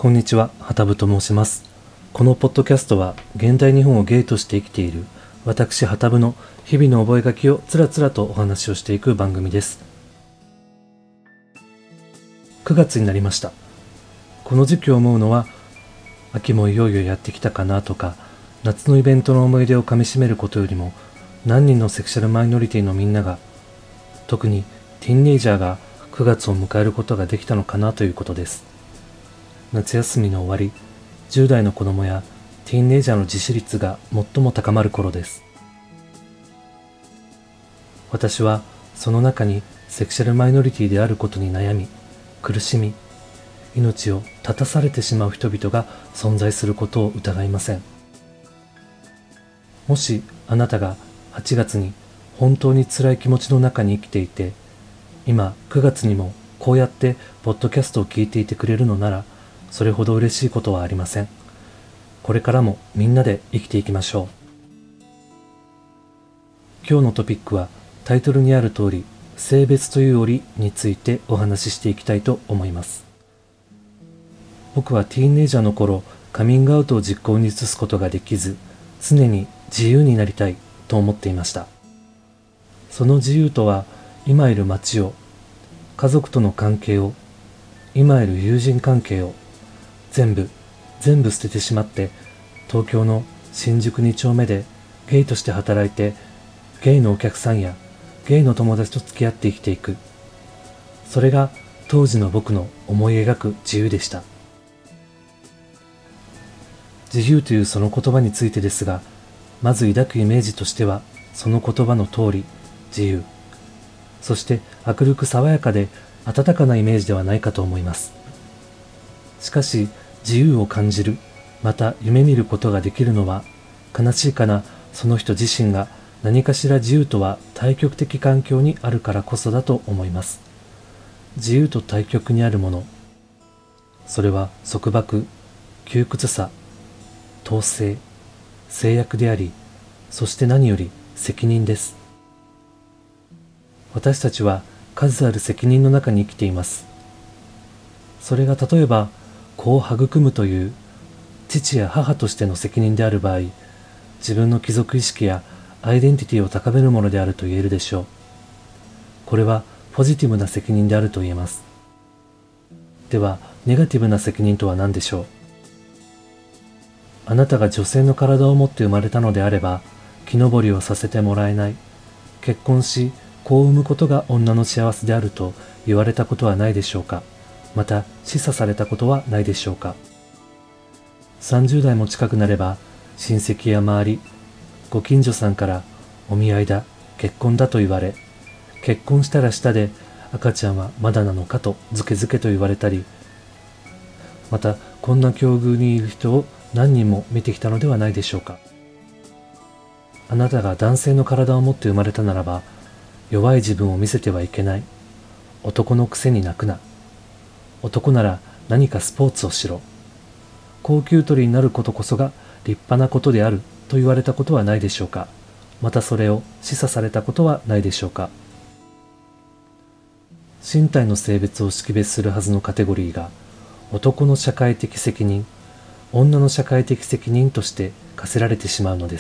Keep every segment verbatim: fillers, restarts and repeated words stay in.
こんにちは、はたぶと申します。このポッドキャストは現代日本をゲイとして生きている私はたぶの日々の覚書をつらつらとお話をしていく番組です。くがつになりました。この時期を思うのは、秋もいよいよやってきたかなとか、夏のイベントの思い出をかみしめることよりも、何人のセクシャルマイノリティのみんなが、特にティーンエイジャーがくがつを迎えることができたのかなということです。夏休みの終わり、じゅう代の子供やティーンエイジャーの自死率が最も高まる頃です。私はその中にセクシャルマイノリティであることに悩み、苦しみ、命を絶たされてしまう人々が存在することを疑いません。もしあなたがはちがつに本当に辛い気持ちの中に生きていて、今くがつにもこうやってポッドキャストを聞いていてくれるのなら、それほど嬉しいことはありません。これからもみんなで生きていきましょう。今日のトピックはタイトルにある通り、性別という折についてお話ししていきたいと思います。僕はティーンエイジャーの頃、カミングアウトを実行に移すことができず、常に自由になりたいと思っていました。その自由とは、今いる街を、家族との関係を、今いる友人関係を、全部、全部捨ててしまって、東京の新宿に丁目でゲイとして働いて、ゲイのお客さんやゲイの友達と付き合って生きていく。それが当時の僕の思い描く自由でした。自由というその言葉についてですが、まず抱くイメージとしては、その言葉の通り、自由。そして明るく爽やかで温かなイメージではないかと思います。しかし、自由を感じる、また夢見ることができるのは、悲しいかな、その人自身が何かしら自由とは対極的環境にあるからこそだと思います。自由と対極にあるもの、それは束縛、窮屈さ、統制、制約であり、そして何より責任です。私たちは数ある責任の中に生きています。それが例えば、子を育むという父や母としての責任である場合、自分の帰属意識やアイデンティティを高めるものであると言えるでしょう。これはポジティブな責任であると言えます。では、ネガティブな責任とは何でしょう。あなたが女性の体を持って生まれたのであれば、木登りをさせてもらえない、結婚し子を産むことが女の幸せであると言われたことはないでしょうか。また示唆されたことはないでしょうか。さんじゅう代も近くなれば、親戚や周り、ご近所さんからお見合いだ、結婚だと言われ、結婚したらしたで赤ちゃんはまだなのかとずけずけと言われたり、またこんな境遇にいる人を何人も見てきたのではないでしょうか。あなたが男性の体を持って生まれたならば、弱い自分を見せてはいけない。男のくせに泣くな。男なら何かスポーツをしろ。高級取りになることこそが立派なことであると言われたことはないでしょうか。またそれを示唆されたことはないでしょうか。身体の性別を識別するはずのカテゴリーが、男の社会的責任、女の社会的責任として課せられてしまうのです。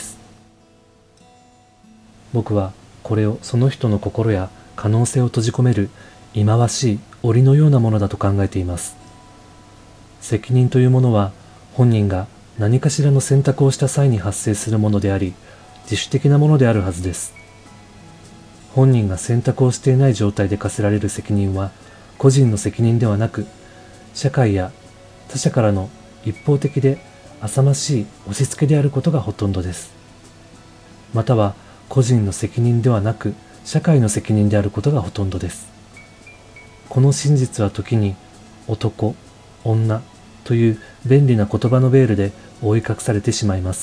僕はこれをその人の心や可能性を閉じ込める忌まわしい檻のようなものだと考えています。責任というものは本人が何かしらの選択をした際に発生するものであり、自主的なものであるはずです。本人が選択をしていない状態で課せられる責任は個人の責任ではなく、社会や他者からの一方的で浅ましい押し付けであることがほとんどです。または個人の責任ではなく社会の責任であることがほとんどです。この真実は時に男、女という便利な言葉のベールで覆い隠されてしまいます。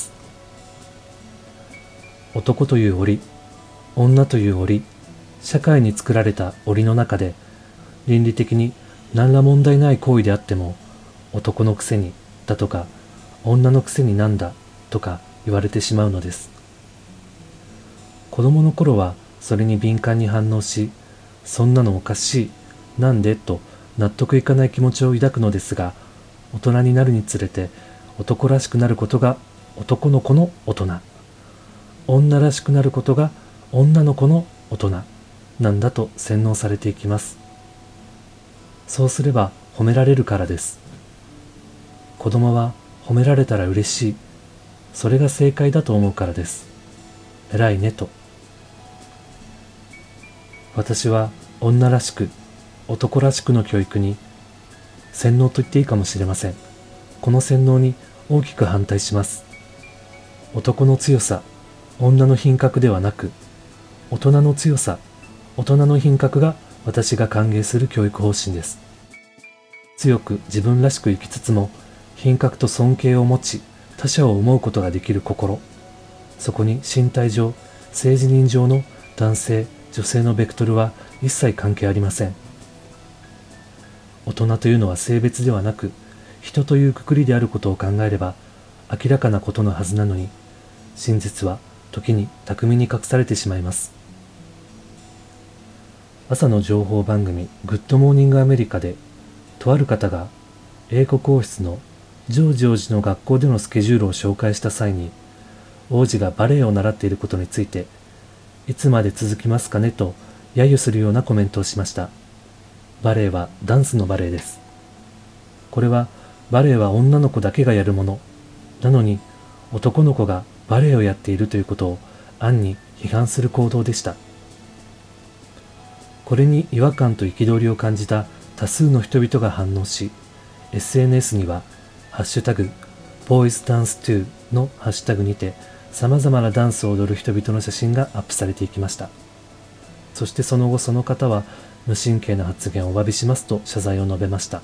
男という檻、女という檻、社会に作られた檻の中で、倫理的に何ら問題ない行為であっても、男のくせにだとか、女のくせになんだとか言われてしまうのです。子供の頃はそれに敏感に反応し、そんなのおかしい、なんでと納得いかない気持ちを抱くのですが、 大人になるにつれて男らしくなることが男の子の大人、女らしくなることが女の子の大人なんだと洗脳されていきます。そうすれば褒められるからです。子供は褒められたら嬉しい、それが正解だと思うからです。偉いねと。私は女らしく男らしくの教育に洗脳と言っていいかもしれません。この洗脳に大きく反対します。男の強さ、女の品格ではなく、大人の強さ、大人の品格が私が歓迎する教育方針です。強く自分らしく生きつつも、品格と尊敬を持ち、他者を思うことができる心。そこに身体上、性自認上の男性、女性のベクトルは一切関係ありません。大人というのは性別ではなく、人というくくりであることを考えれば明らかなことのはずなのに、真実は時に巧みに隠されてしまいます。朝の情報番組グッドモーニングアメリカで、とある方が英国王室のジョージ王子の学校でのスケジュールを紹介した際に、王子がバレエを習っていることについて、いつまで続きますかねと揶揄するようなコメントをしました。バレエはダンスのバレエです。これはバレエは女の子だけがやるものなのに、男の子がバレエをやっているということを暗に批判する行動でした。これに違和感と憤りを感じた多数の人々が反応し、 エスエヌエス にはハッシュタグ ボーイズダンストゥー のハッシュタグにて様々なダンスを踊る人々の写真がアップされていきました。そしてその後その方は無神経な発言をお詫びしますと謝罪を述べました。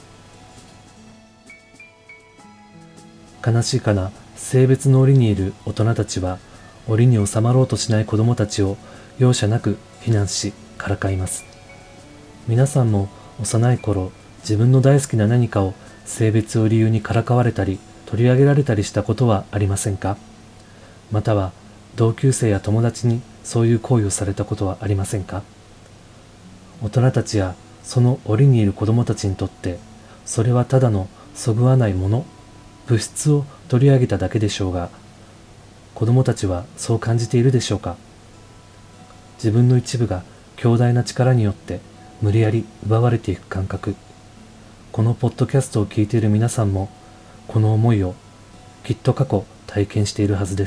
悲しいかな、性別の檻にいる大人たちは檻に収まろうとしない子供たちを容赦なく非難しからかいます。皆さんも幼い頃、自分の大好きな何かを性別を理由にからかわれたり取り上げられたりしたことはありませんか？または同級生や友達にそういう行為をされたことはありませんか？大人たちやその檻にいる子供たちにとって、それはただのそぐわないもの、物質を取り上げただけでしょうが、子供たちはそう感じているでしょうか？自分の一部が強大な力によって無理やり奪われていく感覚。このポッドキャストを聞いている皆さんも、この思いをきっと過去体験しているはずです。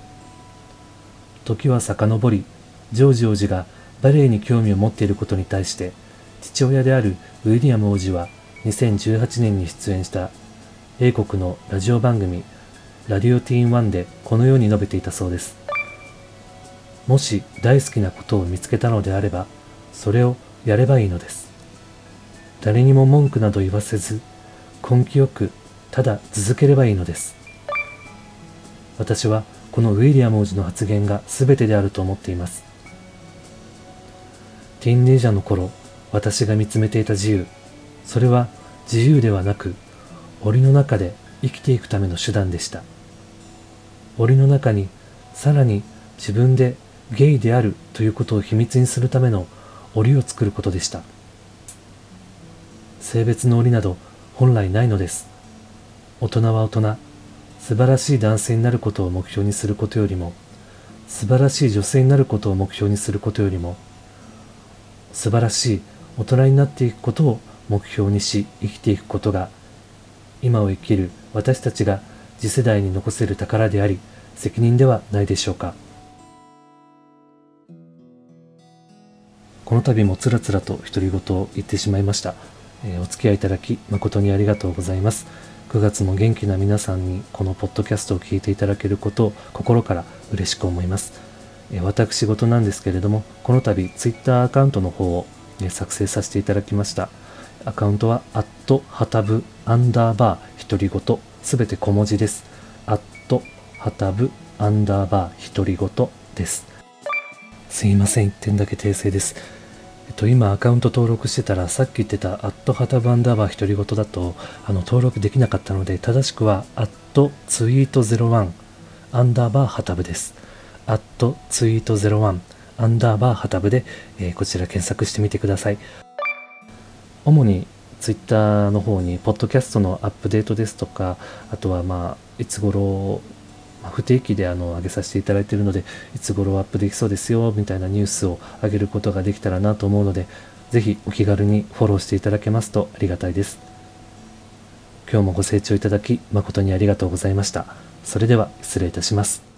時は遡り、ジョージ王子がバレエに興味を持っていることに対して、父親であるウィリアム王子はにせんじゅうはちねんに出演した英国のラジオ番組ラディオティーンワンでこのように述べていたそうです。もし大好きなことを見つけたのであれば、それをやればいいのです。誰にも文句など言わせず、根気よくただ続ければいいのです。私はこのウィリアム王子の発言が全てであると思っています。ティーンエイジャーの頃、私が見つめていた自由、それは自由ではなく、檻の中で生きていくための手段でした。檻の中にさらに自分でゲイであるということを秘密にするための檻を作ることでした。性別の檻など本来ないのです。大人は大人、素晴らしい男性になることを目標にすることよりも、素晴らしい女性になることを目標にすることよりも、素晴らしい大人になっていくことを目標にし生きていくことが、今を生きる私たちが次世代に残せる宝であり、責任ではないでしょうか。この度もつらつらと独り言を言ってしまいました。えー、お付き合いいただき誠にありがとうございます。くがつも元気な皆さんにこのポッドキャストを聞いていただけることを心から嬉しく思います。えー、私事なんですけれども、この度ツイッターアカウントの方を、ね、作成させていただきました。アカウントはアットハタブアンダーバー独り言、すべて小文字です。アットハタブアンダーバー独り言です。すいません、一点だけ訂正です。えっと、今アカウント登録してたら、さっき言ってたアットハタブアンダーバー独り言だとあの登録できなかったので、正しくはアットツイートゼロワンアンダーバーハタブです。アットツイートゼロワンアンダーバーハタブで、えー、こちら検索してみてください。主にツイッターの方にポッドキャストのアップデートですとか、あとはまあいつ頃、まあ、不定期であの上げさせていただいているので、いつ頃アップできそうですよみたいなニュースを上げることができたらなと思うので、ぜひお気軽にフォローしていただけますとありがたいです。今日もご清聴いただき誠にありがとうございました。それでは失礼いたします。